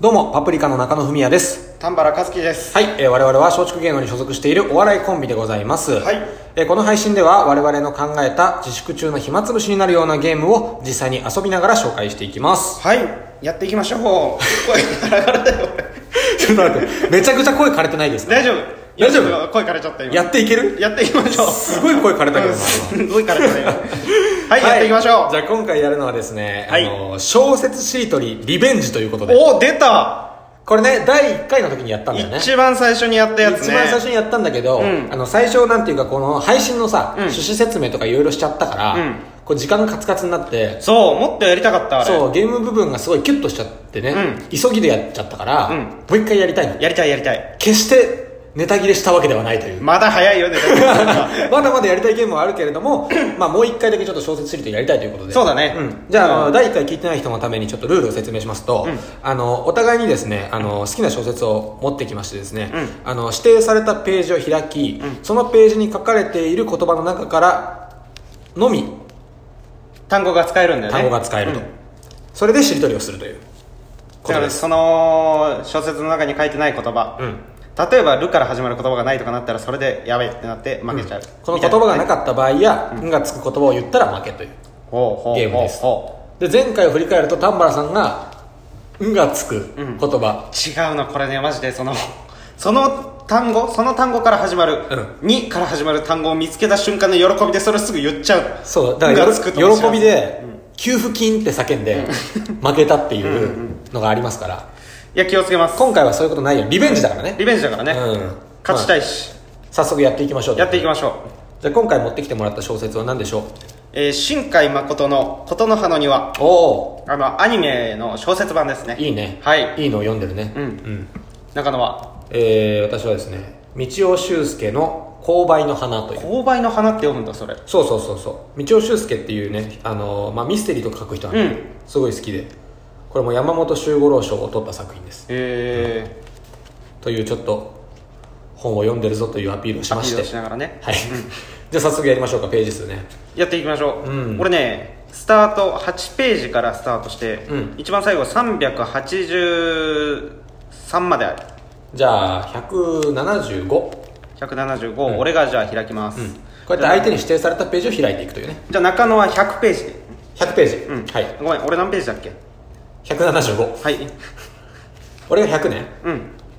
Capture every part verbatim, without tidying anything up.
どうもパプリカの中野文也です。 丹原和樹です。 はい、えー、我々は松竹芸能に所属しているお笑いコンビでございます。 はい、 えー、この配信では我々の考えた自粛中の暇つぶしになるようなゲームを実際に遊びながら紹介していきます。 はい、やっていきましょう。声ガラガラだよちょっと待って、めちゃくちゃ声枯れてないですか？ 大丈夫大丈夫？ 声枯れちゃった今。 やっていける？ やっていきましょう。 すごい声枯れたけどな、 すごい枯れたねはい、はい、やっていきましょう。 じゃあ今回やるのはですね、 はい、 あの小説しりとりリベンジということで。 おー、出た。 これね、だいいっかいの時にやったんだよね。 一番最初にやったやつね。 一番最初にやったんだけど、うん、あの最初なんていうかこの配信のさ、うん、趣旨説明とかいろいろしちゃったから、うん、こう時間がカツカツになって、 そうもっとやりたかった。あれそうゲーム部分がすごいキュッとしちゃってね、うん、急ぎでやっちゃったから、うん、もう一回やりたいの。 やりたいやりたい。 決してネタ切れしたわけではないという。 まだ早いよネタ切れまだまだやりたいゲームはあるけれどもまあもう一回だけちょっと小説しりとりやりたいということで。 そうだね、 うん、じゃあ、うん、だいいっかい聞いてない人のためにちょっとルールを説明しますと、うん、あのお互いにですねあの好きな小説を持ってきましてですね、うん、あの指定されたページを開き、うん、そのページに書かれている言葉の中からのみ単語が使えるんだよね。 単語が使えると、うん、それでしりとりをするということです。 その小説の中に書いてない言葉、うん、例えばルから始まる言葉がないとかなったらそれでやべえってなって負けちゃう、うん、 この言葉がなかった場合や、うん、んがつく言葉を言ったら負けというゲームです。で前回を振り返ると丹原さんがんがつく言葉、 うん、違うのこれねマジでそのその単語その単語から始まる、うん、にから始まる単語を見つけた瞬間の喜びでそれすぐ言っちゃう。 そうだから喜びで、うん、給付金って叫んで負けたっていうのがありますから。 いや気をつけます。 今回はそういうことないよ。リベンジだからね。 リベンジだからね、うん、勝ちたいし、 まあ、早速やっていきましょう。 やっていきましょう。 じゃあ今回持ってきてもらった小説は何でしょう？ えー、新海誠の琴の葉の庭。 おあのアニメの小説版ですね。 いいね。 はい、 いいのを読んでるね。 うん、うん、中野は？ えー、私はですね道尾修介の勾配の花という。 勾配の花って読むんだそれ。 そうそうそうそう道尾修介っていうねあの、まあ、ミステリーとか書く人なんで、うん、すごい好きでこれも山本周五郎賞を取った作品です。 へえ、 うん、というちょっと本を読んでるぞというアピールをしまして、 アピールをしながらね、 はい、うん、じゃあ早速やりましょうか。ページ数ねやっていきましょう、うん、これねスタートはちページからスタートして、うん、一番最後さんびゃくはちじゅうさんまである。 じゃあひゃくななじゅうご、 ひゃくななじゅうご、うん、俺がじゃあ開きます、うん、 こうやって相手に指定されたページを開いていくというね。 じゃあ中野はひゃくページで。 ひゃくページ、 うん、 はい。 ごめん俺何ページだっけ？ ひゃくななじゅうご。 はい俺がひゃくね。 うん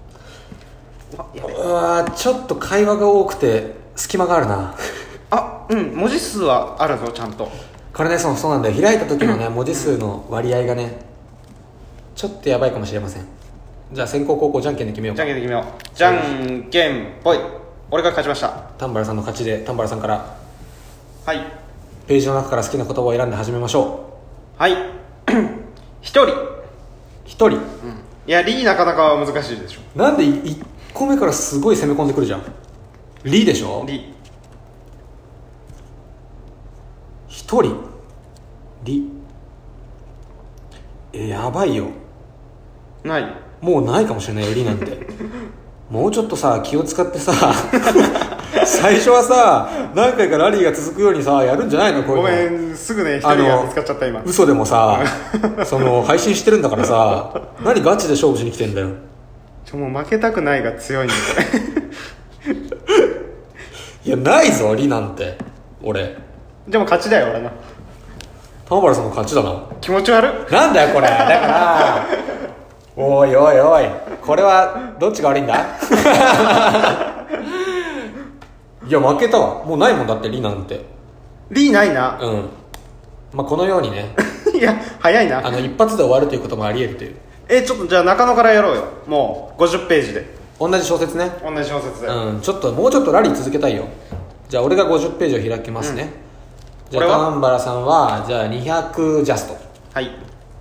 うわちょっと会話が多くて隙間があるな。 あ、うん文字数はあるぞちゃんと。 これねそうそうなんだよ。開いた時のね文字数の割合がねちょっとやばいかもしれません。じゃあ先攻後攻じゃんけんで決めようか。 じゃんけんで決めよう。じゃんけんぽい。俺が勝ちました。 丹原さんの勝ちで丹原さんからはいページの中から好きな言葉を選んで始めましょう。はい一人一人、うん、 いやリーなかなか難しいでしょ。 なんでいっこめからすごい攻め込んでくるじゃん。リでしょ。 リ一人リえやばいよ。 ないもうないかもしれないよリなんてもうちょっとさ気を使ってさ最初はさ何回かラリーが続くようにさやるんじゃないの。こういうのごめんすぐね一人が見つかっちゃった今。 嘘でもさその配信してるんだからさ何ガチで勝負しに来てんだよ。 ちょもう負けたくないが強いんだいやないぞリなんて俺。 でも勝ちだよ俺の。 玉原さんの勝ちだな。 気持ち悪なんだよこれだからおいおいおいこれはどっちが悪いんだいや負けたわ。もうないもんだってリなんて。 リないな。 うん。まあこのようにねいや早いな。 あの一発で終わるということもあり得るという。 えちょっとじゃあ中野からやろうよ。もうごじゅっページで同じ小説ね。 同じ小説でうんちょっともうちょっとラリー続けたいよ。じゃあ俺がごじゅっページを開きますね、うん、じゃあ丹原さんはじゃあにひゃくジャスト。 はい。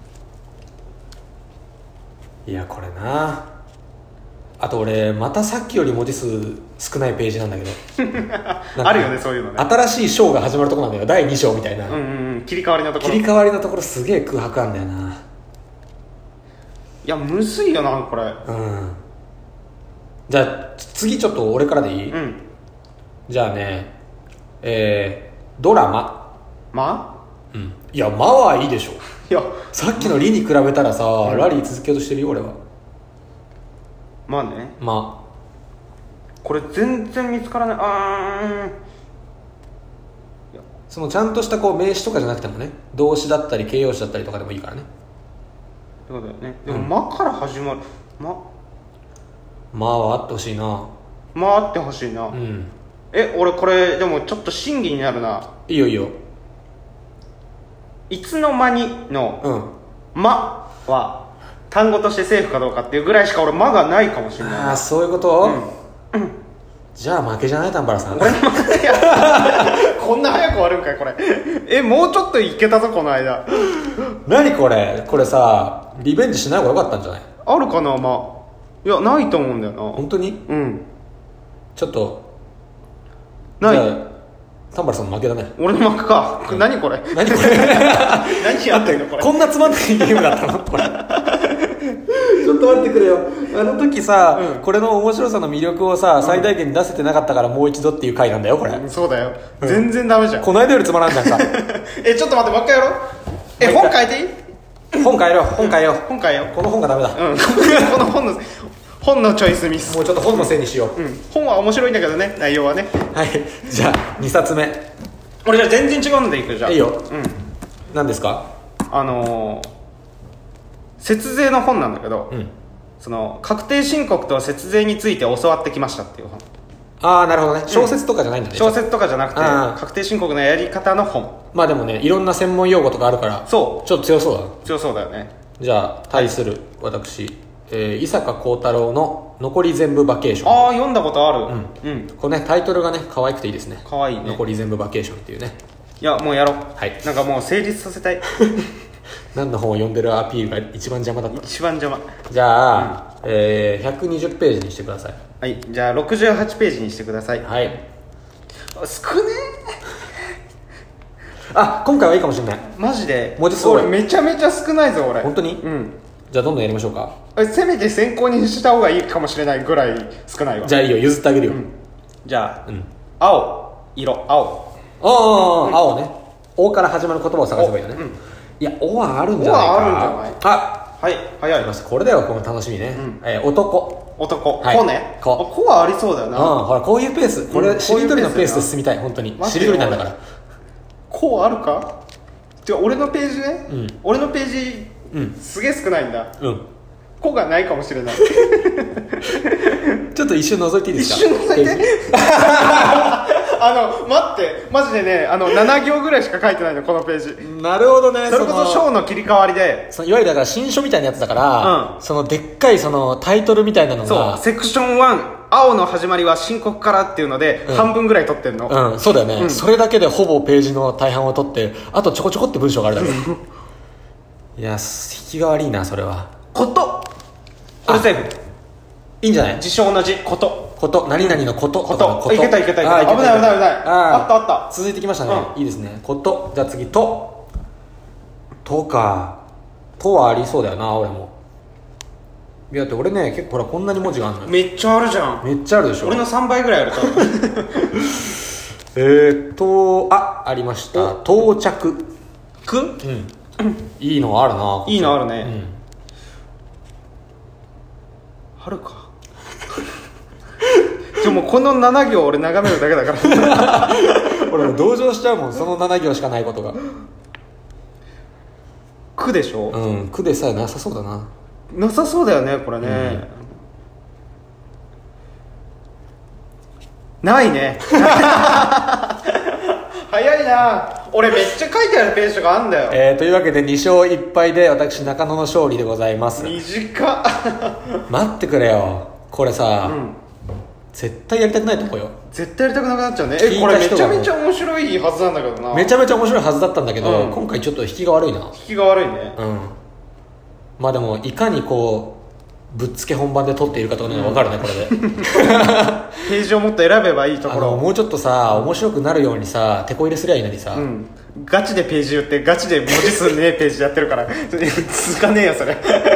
いやこれなあと俺またさっきより文字数少ないページなんだけどあるよねそういうのね。 新しい章が始まるところなんだよ。だいに章みたいな、 うんうんうん、切り替わりのところ切り替わりのところすげえ空白あんだよな。 いやむずいよなこれ。 うんじゃあ次ちょっと俺からでいい？ うんじゃあねえー、ドラマまうん、いや「ま」はいいでしょ。 いやさっきの「り」に比べたらさ、うん、ラリー続けようとしてるよ俺は。 まあね。 まあこれ全然見つからない。あーそのちゃんとしたこう名詞とかじゃなくてもね、動詞だったり形容詞だったりとかでもいいからね。 そうだよね。でも「ま」から始まる「ま」 まあはあってほしいな。 まああってほしいな。 うん。 え、俺これでもちょっと審議になるな。 いいよいいよ。 いつの間にのうん 「ま」は単語としてセーフかどうかっていうぐらいしか俺「ま」がないかもしれない。 ああそういうこと、 うん、 じゃあ負けじゃない丹原さん。 俺のいやこんな早く終わるんかいこれ。え、もうちょっといけたぞこの間。 何これこれさ、リベンジしない方がよかったんじゃない？ あるかな。まあいやないと思うんだよな。 本当に？ うん。 ちょっとない。 じゃあ丹原さんの負けだね。 俺の負けか。これ何これ何これ何やってんのこれ。 こんなつまんないゲームだったのこれちょっと待ってくれよ。あの時さ、うん、これの面白さの魅力をさ、うん、最大限に出せてなかったからもう一度っていう回なんだよこれ、 うん、そうだよ、うん、全然ダメじゃん。 この間よりつまらんじゃんかえ、ちょっと待って、もう一回やろう。え、本変えていい？ 本変えよう本変えよう本変えよう。 この本がダメだ。 うんこの本の本のチョイスミス。 もうちょっと本のせいにしよう、 うん、本は面白いんだけどね、内容はね。 はい、じゃあにさつめ。 俺じゃあ全然違うのでいく。じゃあいいよ。 うん。 何ですか？ あのー、節税の本なんだけど、うん、その確定申告と節税について教わってきましたっていう本。 ああなるほどね。小説とかじゃないんだね、 うん、小説とかじゃなくて確定申告のやり方の本。 まあでもね、いろんな専門用語とかあるから、 そうちょっと強そうだ。 強そうだよね。 じゃあ対する私、えー、伊坂幸太郎の残り全部バケーション。 ああ読んだことある。 うん、うん、これねタイトルがね可愛くていいですね。 可愛いね。 残り全部バケーションっていうね。 いやもうやろう。 はい。 なんかもう成立させたい何の本を読んでるアピールが一番邪魔だった。 一番邪魔。 じゃあ、うん、えー、ひゃくにじゅうページにしてください。 はい。じゃあろくじゅうはちページにしてください。 はい。 少ねえあ、今回はいいかもしれない。 マジで文字数多い。 俺めちゃめちゃ少ないぞ俺。 本当に？ うん。 じゃあどんどんやりましょうか。 せめて先行にした方がいいかもしれないぐらい少ないわ。 じゃあいいよ、譲ってあげるよ、うん、 じゃあ、うん、青色青。 ああ、うん、青ね。おから始まる言葉を探せばいいよね、うん、いやおはあるんじゃないか。 おはあるんじゃない。 あ、 はい早い。 これだよこの楽しみね、うん、えー、男男、 はい、 子ね。子子はありそうだよな。 うん、ほらこういうペース、これしりとりのペースで進みたい。本当にしりとりなんだから。 子あるか。てか俺のページね、うん、俺のページ、うん、すげえ少ないんだ。うん、子がないかもしれないちょっと一瞬覗いていいですか。 一瞬覗いてあの待ってマジでね、あのなな行ぐらいしか書いてないのこのページ。 なるほどね。 それこそ章の切り替わりで、 そのいわゆるだから新書みたいなやつだから、うん、そのでっかいそのタイトルみたいなのが、 そうセクションワン青の始まりは申告からっていうので、うん、半分ぐらい取ってんの。 うん、そうだよね、うん、それだけでほぼページの大半を取って、あとちょこちょこって文章があるだろいや引きが悪いなそれは。 ことこれセーフ。 いいんじゃない。 事象の字ことこと何々のことこといけたいけたいけた。危ない危ない危ない。あったあった。 続いてきましたね、うん、いいですね。こと。じゃあ次ととかとはありそうだよな俺も。いやだって俺ね結構ほらこんなに文字があるのよ。 めっちゃあるじゃん。 めっちゃあるでしょ。 俺のさんばいぐらいある多分えーとあありました。到着く、うん、 いいのあるな。 いいのあるね、うん、あるかでもこのなな行俺眺めるだけだから俺も同情しちゃうもんそのなな行しかないことが。 くでしょ。 うん、くでさえなさそうだな。 なさそうだよねこれね、うん、ないね早いな。俺めっちゃ書いてあるページとかあんだよ。 えー、というわけでに勝いっ敗で私中野の勝利でございます。 短っ待ってくれよこれさ、うん、絶対やりたくないとこよ。 絶対やりたくなくなっちゃうね。えこれめちゃめちゃ面白いはずなんだけどな。 めちゃめちゃ面白いはずだったんだけど、うん、今回ちょっと引きが悪いな。 引きが悪いね。 うん。まあでもいかにこうぶっつけ本番で撮っているかというのが分かるね、うん、これでページをもっと選べばいいところ。 もうちょっとさ面白くなるようにさ手こ入れすりゃいいのにさ、うん、 ガチでページ言ってガチで文字数ねえページやってるから続かねえよそれ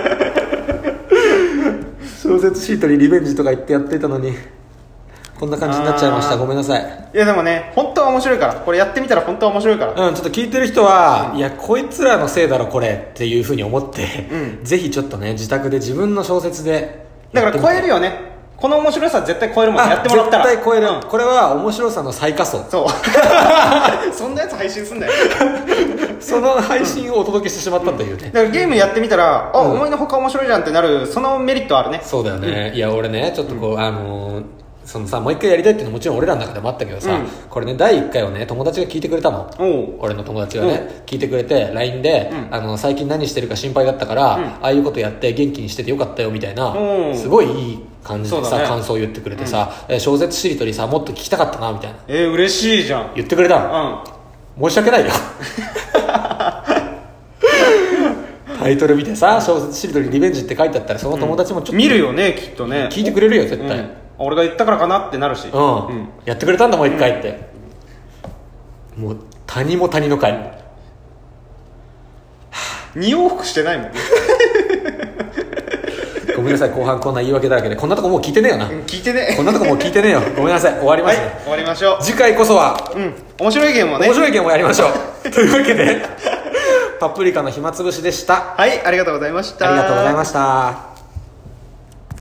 小説シートにリベンジとか言ってやってたのにこんな感じになっちゃいました。ごめんなさい。 いやでもね本当は面白いから、これやってみたら本当は面白いから。 うん、ちょっと聞いてる人は、うん、いやこいつらのせいだろこれっていう風に思って、うん、ぜひちょっとね自宅で自分の小説でだから超えるよね。この面白さ絶対超えるもん、やってもらったら絶対超える、 うん、 これは面白さの最下層。 そうそんなやつ配信すんだよその配信をお届けしてしまったというね、 うん、だからゲームやってみたら、あ、うん、思いのほか面白いじゃんってなる、そのメリットあるね。 そうだよね、うん、いや俺ねちょっとこう、うん、あのーそのさもう一回やりたいっていうのももちろん俺らの中でもあったけどさ、うん、これねだいいっかいをね友達が聞いてくれたの。俺の友達がね聞いてくれて ライン で、うん、あの最近何してるか心配だったから、うん、ああいうことやって元気にしててよかったよみたいな、すごいいい感じでさ、ね、感想を言ってくれてさ、うん、小説しりとりさもっと聞きたかったなみたいな。 えー、嬉しいじゃん。 言ってくれたの、うん、申し訳ないよタイトル見てさ小説しりとりリベンジって書いてあったらその友達もちょっと、うん、 見るよねきっとね。 聞いてくれるよ絶対、うん、 俺が言ったからかなってなるし、 うん、うん、やってくれたんだもう一回って、うん、もう谷も谷の会、うん、 に往復してないもんごめんなさい後半こんな言い訳だらけでこんなとこもう聞いてねえよな、 うん、聞いてねえこんなとこもう聞いてねえよごめんなさい終わりますね、 はい、終わりましょう。 次回こそは、 うん、面白いゲームをね面白いゲームをやりましょうというわけでパプリカの暇つぶしでした。 はい、ありがとうございました。 ありがとうございました。